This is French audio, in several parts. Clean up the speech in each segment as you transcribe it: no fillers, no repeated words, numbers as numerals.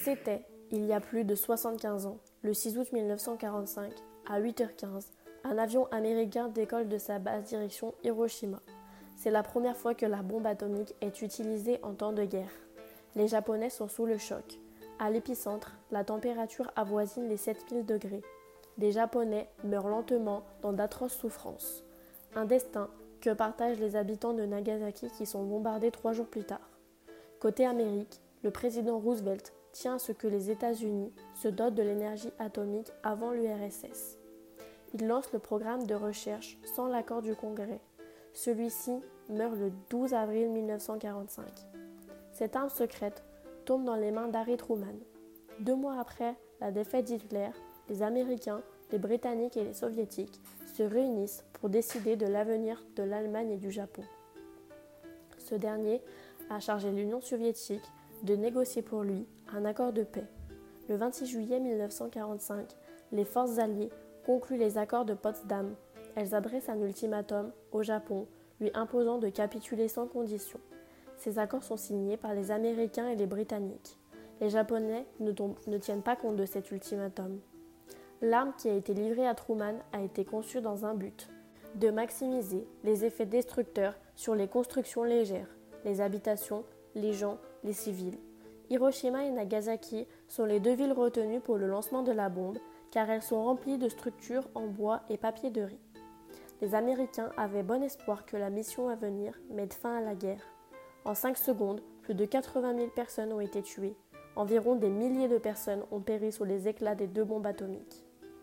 C'était, il y a plus de 75 ans, le 6 août 1945, à 8h15, un avion américain décolle de sa base direction Hiroshima. C'est la première fois que la bombe atomique est utilisée en temps de guerre. Les Japonais sont sous le choc. À l'épicentre, la température avoisine les 7000 degrés. Des Japonais meurent lentement dans d'atroces souffrances. Un destin que partagent les habitants de Nagasaki qui sont bombardés 3 jours plus tard. Côté Amérique, le président Roosevelt tient à ce que les États-Unis se dotent de l'énergie atomique avant l'URSS. Il lance le programme de recherche sans l'accord du Congrès. Celui-ci meurt le 12 avril 1945. Cette arme secrète tombe dans les mains d'Harry Truman. 2 mois après la défaite d'Hitler, les Américains, les Britanniques et les Soviétiques se réunissent pour décider de l'avenir de l'Allemagne et du Japon. Ce dernier a chargé l'Union soviétique de négocier pour lui un accord de paix. Le 26 juillet 1945, les forces alliées concluent les accords de Potsdam. Elles adressent un ultimatum au Japon, lui imposant de capituler sans condition. Ces accords sont signés par les Américains et les Britanniques. Les Japonais ne tiennent pas compte de cet ultimatum. L'arme qui a été livrée à Truman a été conçue dans un but, de maximiser les effets destructeurs sur les constructions légères, les habitations, les gens, les civils. Hiroshima et Nagasaki sont les 2 villes retenues pour le lancement de la bombe car elles sont remplies de structures en bois et papier de riz. Les Américains avaient bon espoir que la mission à venir mette fin à la guerre. En 5 secondes, plus de 80 000 personnes ont été tuées. Environ des milliers de personnes ont péri sous les éclats des 2 bombes atomiques.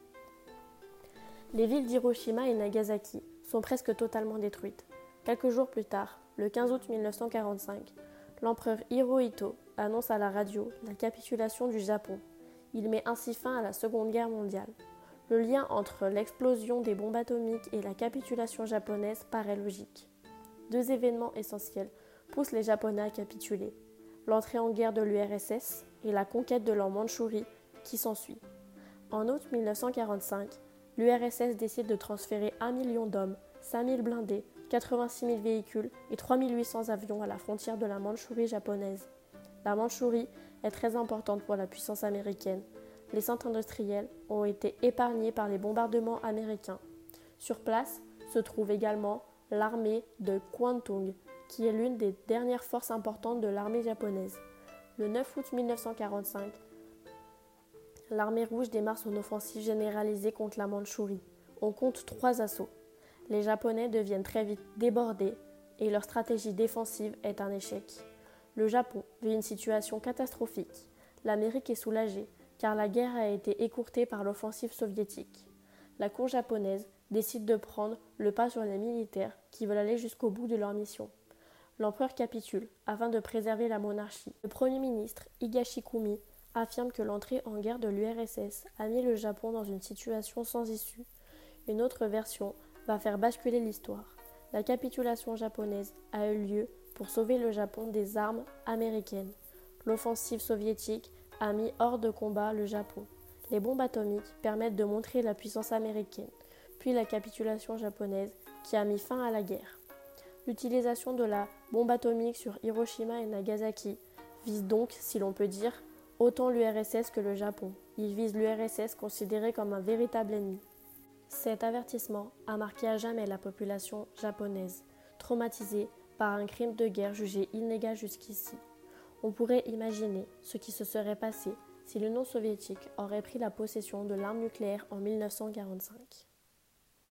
Les villes d'Hiroshima et Nagasaki sont presque totalement détruites. Quelques jours plus tard, le 15 août 1945, l'empereur Hirohito annonce à la radio la capitulation du Japon. Il met ainsi fin à la Seconde Guerre mondiale. Le lien entre l'explosion des bombes atomiques et la capitulation japonaise paraît logique. 2 événements essentiels poussent les Japonais à capituler. L'entrée en guerre de l'URSS et la conquête de leur Mandchourie qui s'ensuit. En août 1945, l'URSS décide de transférer 1 million d'hommes, 5 000 blindés, 86 000 véhicules et 3 800 avions à la frontière de la Mandchourie japonaise. La Mandchourie est très importante pour la puissance américaine. Les centres industriels ont été épargnés par les bombardements américains. Sur place se trouve également l'armée de Kwantung, qui est l'une des dernières forces importantes de l'armée japonaise. Le 9 août 1945, l'armée rouge démarre son offensive généralisée contre la Mandchourie. On compte 3 assauts. Les Japonais deviennent très vite débordés et leur stratégie défensive est un échec. Le Japon vit une situation catastrophique. L'Amérique est soulagée car la guerre a été écourtée par l'offensive soviétique. La cour japonaise décide de prendre le pas sur les militaires qui veulent aller jusqu'au bout de leur mission. L'empereur capitule afin de préserver la monarchie. Le Premier ministre Higashikumi affirme que l'entrée en guerre de l'URSS a mis le Japon dans une situation sans issue. Une autre version va faire basculer l'histoire. La capitulation japonaise a eu lieu pour sauver le Japon des armes américaines. L'offensive soviétique a mis hors de combat le Japon. Les bombes atomiques permettent de montrer la puissance américaine, puis la capitulation japonaise qui a mis fin à la guerre. L'utilisation de la bombe atomique sur Hiroshima et Nagasaki vise donc, si l'on peut dire, autant l'URSS que le Japon. Il vise l'URSS considérée comme un véritable ennemi. Cet avertissement a marqué à jamais la population japonaise, traumatisée par un crime de guerre jugé illégal jusqu'ici. On pourrait imaginer ce qui se serait passé si l'Union soviétique aurait pris la possession de l'arme nucléaire en 1945.